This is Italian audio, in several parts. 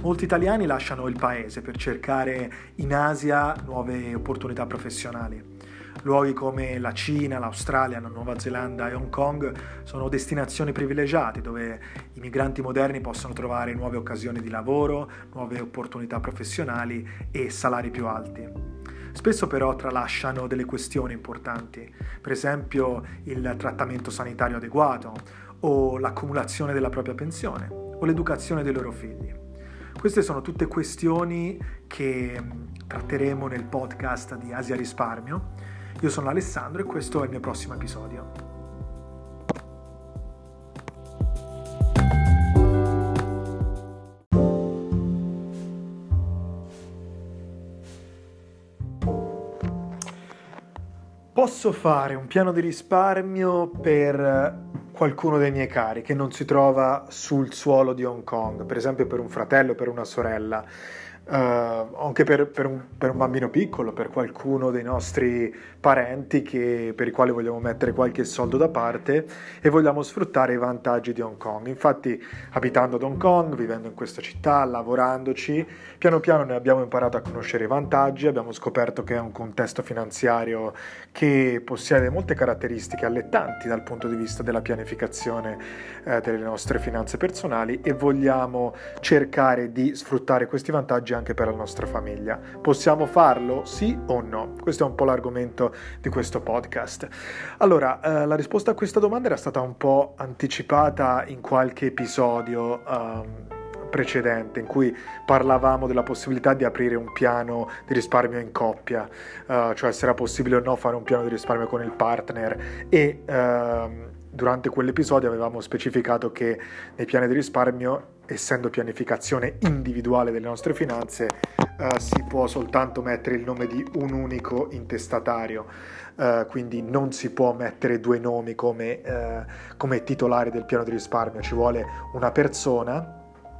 Molti italiani lasciano il paese per cercare in Asia nuove opportunità professionali. Luoghi come la Cina, l'Australia, la Nuova Zelanda e Hong Kong sono destinazioni privilegiate dove i migranti moderni possono trovare nuove occasioni di lavoro, nuove opportunità professionali e salari più alti. Spesso però tralasciano delle questioni importanti, per esempio il trattamento sanitario adeguato o l'accumulazione della propria pensione o l'educazione dei loro figli. Queste sono tutte questioni che tratteremo nel podcast di Asia Risparmio. Io sono Alessandro e questo è il mio prossimo episodio. Posso fare un piano di risparmio per qualcuno dei miei cari che non si trova sul suolo di Hong Kong, per esempio per un fratello, per una sorella, anche per un bambino piccolo, per qualcuno dei nostri parenti per i quali vogliamo mettere qualche soldo da parte e vogliamo sfruttare i vantaggi di Hong Kong. Infatti, abitando ad Hong Kong, vivendo in questa città, lavorandoci, piano piano ne abbiamo imparato a conoscere i vantaggi, abbiamo scoperto che è un contesto finanziario che possiede molte caratteristiche allettanti dal punto di vista della pianificazione delle nostre finanze personali e vogliamo cercare di sfruttare questi vantaggi anche per la nostra famiglia. Possiamo farlo? Sì o no? Questo è un po' l'argomento di questo podcast. Allora, la risposta a questa domanda era stata un po' anticipata in qualche episodio precedente in cui parlavamo della possibilità di aprire un piano di risparmio in coppia, cioè se era possibile o no fare un piano di risparmio con il partner e durante quell'episodio avevamo specificato che nei piani di risparmio, essendo pianificazione individuale delle nostre finanze, si può soltanto mettere il nome di un unico intestatario, quindi non si può mettere due nomi come titolari del piano di risparmio, ci vuole una persona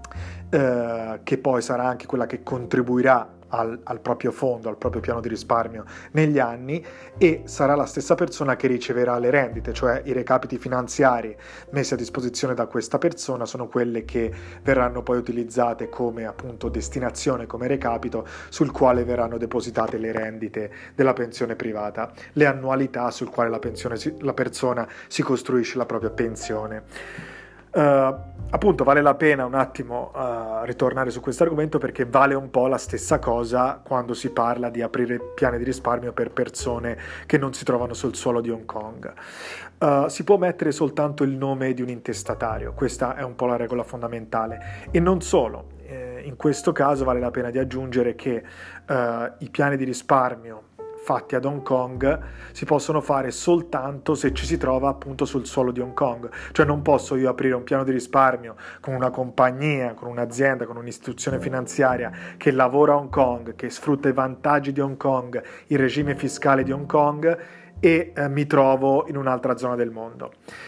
che poi sarà anche quella che contribuirà al proprio fondo, al proprio piano di risparmio negli anni e sarà la stessa persona che riceverà le rendite, cioè i recapiti finanziari messi a disposizione da questa persona sono quelle che verranno poi utilizzate come appunto destinazione, come recapito sul quale verranno depositate le rendite della pensione privata, le annualità sul quale la persona si costruisce la propria pensione. Appunto vale la pena un attimo ritornare su questo argomento perché vale un po' la stessa cosa quando si parla di aprire piani di risparmio per persone che non si trovano sul suolo di Hong Kong. Si può mettere soltanto il nome di un intestatario, questa è un po' la regola fondamentale e non solo. In questo caso vale la pena di aggiungere che i piani di risparmio fatti ad Hong Kong si possono fare soltanto se ci si trova appunto sul suolo di Hong Kong, cioè non posso io aprire un piano di risparmio con una compagnia, con un'azienda, con un'istituzione finanziaria che lavora a Hong Kong, che sfrutta i vantaggi di Hong Kong, il regime fiscale di Hong Kong e mi trovo in un'altra zona del mondo.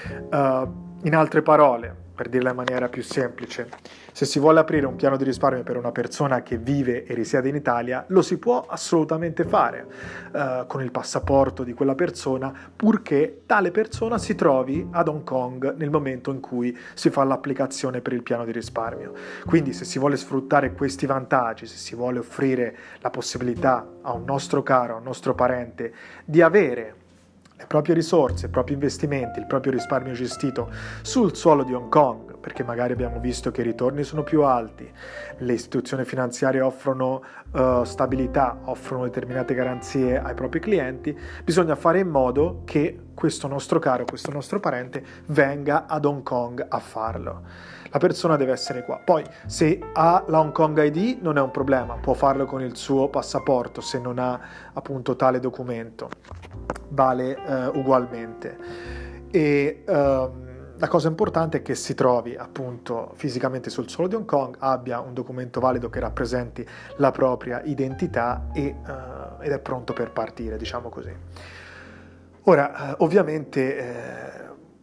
In altre parole, per dirla in maniera più semplice, se si vuole aprire un piano di risparmio per una persona che vive e risiede in Italia, lo si può assolutamente fare con il passaporto di quella persona, purché tale persona si trovi ad Hong Kong nel momento in cui si fa l'applicazione per il piano di risparmio. Quindi se si vuole sfruttare questi vantaggi, se si vuole offrire la possibilità a un nostro caro, a un nostro parente di avere le proprie risorse, i propri investimenti, il proprio risparmio gestito sul suolo di Hong Kong, perché magari abbiamo visto che i ritorni sono più alti, le istituzioni finanziarie offrono stabilità, offrono determinate garanzie ai propri clienti, bisogna fare in modo che questo nostro caro, questo nostro parente venga ad Hong Kong a farlo. La persona deve essere qua. Poi, se ha la Hong Kong ID non è un problema, può farlo con il suo passaporto se non ha appunto tale documento. Vale ugualmente. E la cosa importante è che si trovi appunto fisicamente sul suolo di Hong Kong, abbia un documento valido che rappresenti la propria identità ed è pronto per partire, diciamo così. Ora, ovviamente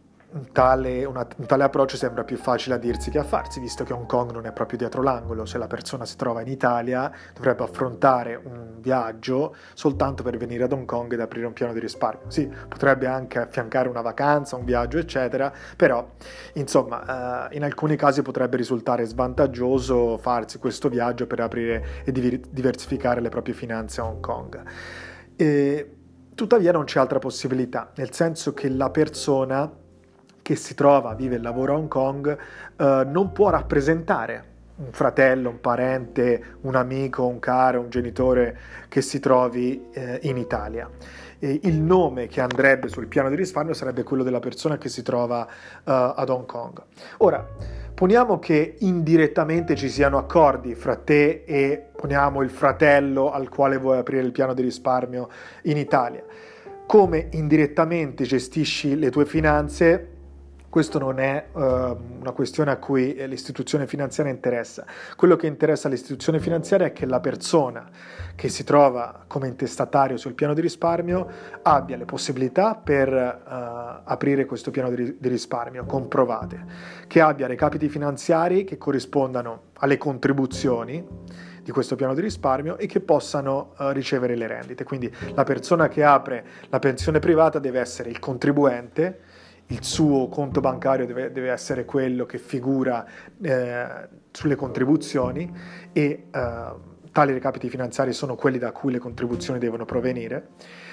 un tale approccio sembra più facile a dirsi che a farsi, visto che Hong Kong non è proprio dietro l'angolo. Se la persona si trova in Italia, dovrebbe affrontare un viaggio soltanto per venire ad Hong Kong ed aprire un piano di risparmio. Sì, potrebbe anche affiancare una vacanza, un viaggio, eccetera, però, insomma, in alcuni casi potrebbe risultare svantaggioso farsi questo viaggio per aprire e diversificare le proprie finanze a Hong Kong. Tuttavia non c'è altra possibilità, nel senso che la persona che si trova, vive e lavora a Hong Kong, non può rappresentare un fratello, un parente, un amico, un caro, un genitore che si trovi in Italia. Il nome che andrebbe sul piano di risparmio sarebbe quello della persona che si trova ad Hong Kong. Ora, poniamo che indirettamente ci siano accordi fra te e, poniamo, il fratello al quale vuoi aprire il piano di risparmio in Italia. Come indirettamente gestisci le tue finanze? Questo non è una questione a cui l'istituzione finanziaria interessa. Quello che interessa all'istituzione finanziaria è che la persona che si trova come intestatario sul piano di risparmio abbia le possibilità per aprire questo piano di risparmio comprovate, che abbia recapiti finanziari che corrispondano alle contribuzioni di questo piano di risparmio e che possano ricevere le rendite. Quindi la persona che apre la pensione privata deve essere il contribuente, il suo conto bancario deve essere quello che figura sulle contribuzioni e tali recapiti finanziari sono quelli da cui le contribuzioni devono provenire.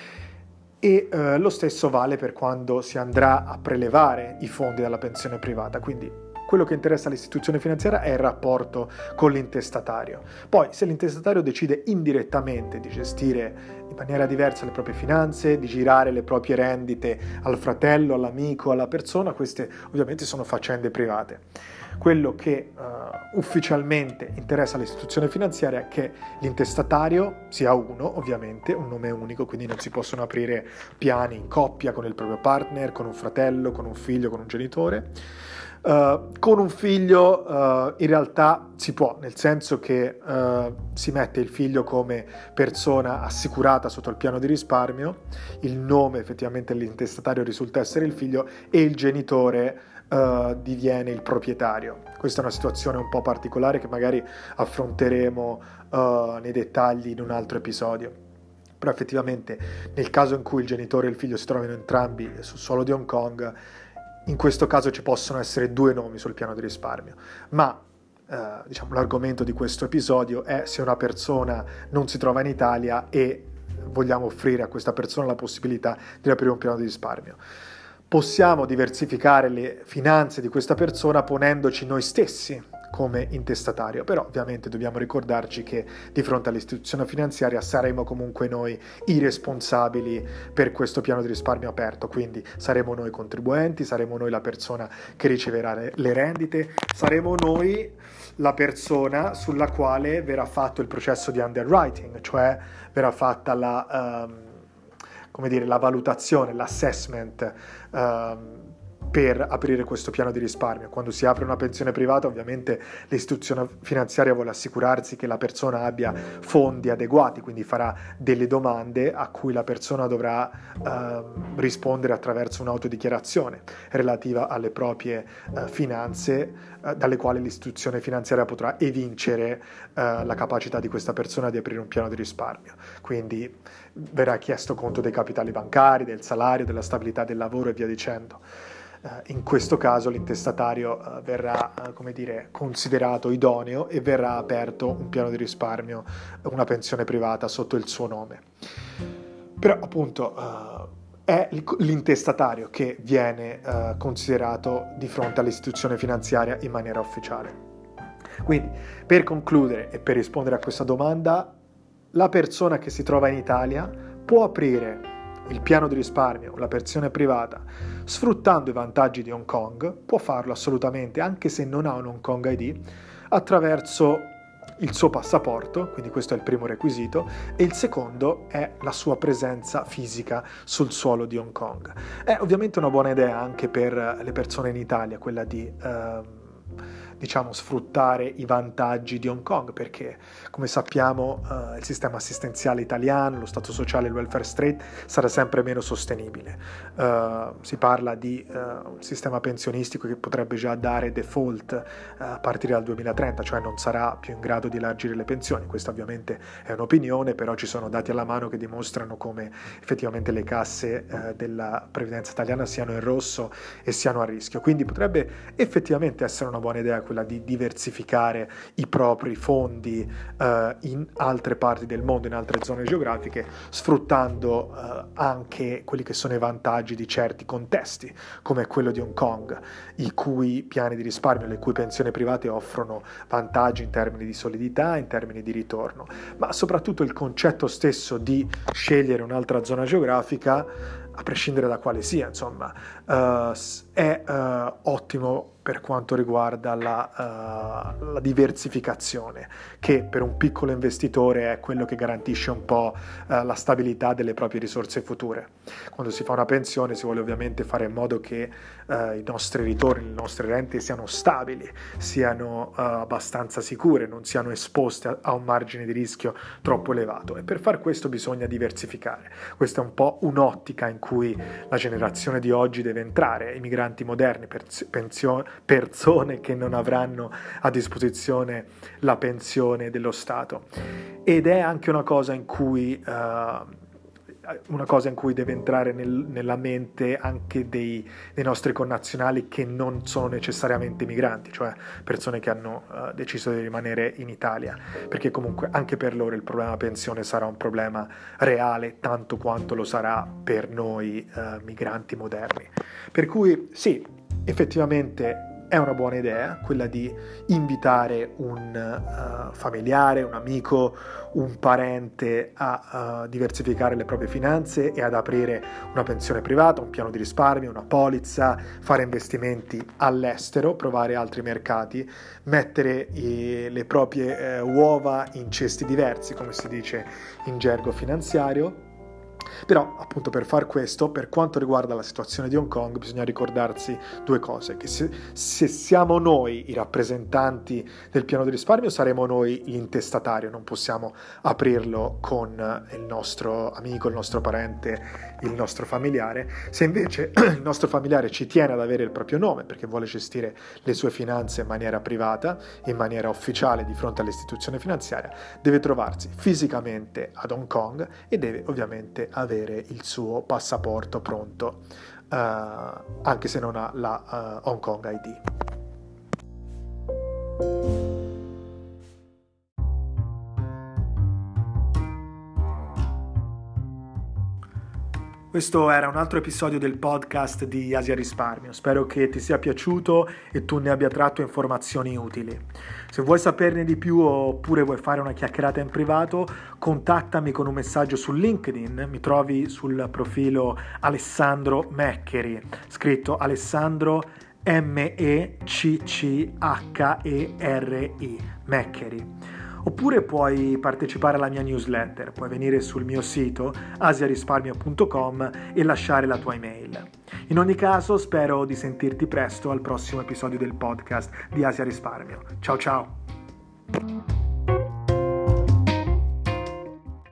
E lo stesso vale per quando si andrà a prelevare i fondi dalla pensione privata. Quindi quello che interessa all'istituzione finanziaria è il rapporto con l'intestatario. Poi, se l'intestatario decide indirettamente di gestire in maniera diversa le proprie finanze, di girare le proprie rendite al fratello, all'amico, alla persona, queste ovviamente sono faccende private. Quello che ufficialmente interessa all'istituzione finanziaria è che l'intestatario sia uno, ovviamente, un nome unico, quindi non si possono aprire piani in coppia con il proprio partner, con un fratello, con un figlio, con un genitore. Con un figlio in realtà si può, nel senso che si mette il figlio come persona assicurata sotto il piano di risparmio, il nome effettivamente dell'intestatario risulta essere il figlio e il genitore diviene il proprietario. Questa è una situazione un po' particolare che magari affronteremo nei dettagli in un altro episodio. Però effettivamente nel caso in cui il genitore e il figlio si trovino entrambi sul suolo di Hong Kong, in questo caso ci possono essere due nomi sul piano di risparmio, ma l'argomento di questo episodio è se una persona non si trova in Italia e vogliamo offrire a questa persona la possibilità di aprire un piano di risparmio. Possiamo diversificare le finanze di questa persona ponendoci noi stessi come intestatario, però ovviamente dobbiamo ricordarci che di fronte all'istituzione finanziaria saremo comunque noi i responsabili per questo piano di risparmio aperto, quindi saremo noi contribuenti, saremo noi la persona che riceverà le rendite, saremo noi la persona sulla quale verrà fatto il processo di underwriting, cioè verrà fatta la valutazione, l'assessment per aprire questo piano di risparmio. Quando si apre una pensione privata, ovviamente l'istituzione finanziaria vuole assicurarsi che la persona abbia fondi adeguati, quindi farà delle domande a cui la persona dovrà rispondere attraverso un'autodichiarazione relativa alle proprie finanze, dalle quali l'istituzione finanziaria potrà evincere la capacità di questa persona di aprire un piano di risparmio. Quindi verrà chiesto conto dei capitali bancari, del salario, della stabilità del lavoro e via dicendo. In questo caso l'intestatario verrà considerato idoneo e verrà aperto un piano di risparmio, una pensione privata sotto il suo nome. Però appunto è l'intestatario che viene considerato di fronte all'istituzione finanziaria in maniera ufficiale. Quindi, per concludere e per rispondere a questa domanda, la persona che si trova in Italia può aprire il piano di risparmio, la pensione privata, sfruttando i vantaggi di Hong Kong, può farlo assolutamente, anche se non ha un Hong Kong ID, attraverso il suo passaporto, quindi questo è il primo requisito, e il secondo è la sua presenza fisica sul suolo di Hong Kong. È ovviamente una buona idea anche per le persone in Italia, quella di diciamo, sfruttare i vantaggi di Hong Kong, perché come sappiamo il sistema assistenziale italiano, lo stato sociale e il welfare state sarà sempre meno sostenibile. Si parla di un sistema pensionistico che potrebbe già dare default a partire dal 2030, cioè non sarà più in grado di elargire le pensioni. Questa ovviamente è un'opinione, però ci sono dati alla mano che dimostrano come effettivamente le casse della previdenza italiana siano in rosso e siano a rischio. Quindi potrebbe effettivamente essere una buona idea quella di diversificare i propri fondi in altre parti del mondo, in altre zone geografiche, sfruttando anche quelli che sono i vantaggi di certi contesti, come quello di Hong Kong, i cui piani di risparmio, le cui pensioni private offrono vantaggi in termini di solidità, in termini di ritorno, ma soprattutto il concetto stesso di scegliere un'altra zona geografica, a prescindere da quale sia, insomma, è ottimo per quanto riguarda la diversificazione, che per un piccolo investitore è quello che garantisce un po' la stabilità delle proprie risorse future. Quando si fa una pensione si vuole ovviamente fare in modo che i nostri ritorni, le nostre rente siano stabili, siano abbastanza sicure, non siano esposte a un margine di rischio troppo elevato, e per far questo bisogna diversificare. Questa è un po' un'ottica in cui la generazione di oggi deve entrare, i migranti moderni, persone che non avranno a disposizione la pensione dello Stato, ed è anche una cosa in cui deve entrare nella mente anche dei nostri connazionali che non sono necessariamente migranti, cioè persone che hanno deciso di rimanere in Italia, perché comunque anche per loro il problema pensione sarà un problema reale tanto quanto lo sarà per noi migranti moderni. Per cui sì, effettivamente è una buona idea quella di invitare un familiare, un amico, un parente a diversificare le proprie finanze e ad aprire una pensione privata, un piano di risparmio, una polizza, fare investimenti all'estero, provare altri mercati, mettere le proprie uova in cesti diversi, come si dice in gergo finanziario. Però appunto per far questo, per quanto riguarda la situazione di Hong Kong, bisogna ricordarsi due cose: che se siamo noi i rappresentanti del piano di risparmio, saremo noi l'intestatario, non possiamo aprirlo con il nostro amico, il nostro parente, il nostro familiare. Se invece il nostro familiare ci tiene ad avere il proprio nome perché vuole gestire le sue finanze in maniera privata, in maniera ufficiale di fronte all'istituzione finanziaria, deve trovarsi fisicamente ad Hong Kong e deve ovviamente avere il suo passaporto pronto, anche se non ha la Hong Kong ID. Questo era un altro episodio del podcast di Asia Risparmio. Spero che ti sia piaciuto e tu ne abbia tratto informazioni utili. Se vuoi saperne di più oppure vuoi fare una chiacchierata in privato, contattami con un messaggio su LinkedIn. Mi trovi sul profilo Alessandro Meccheri, scritto Alessandro Meccheri, Meccheri. Oppure puoi partecipare alla mia newsletter, puoi venire sul mio sito asiarisparmio.com e lasciare la tua email. In ogni caso spero di sentirti presto al prossimo episodio del podcast di Asia Risparmio. Ciao ciao!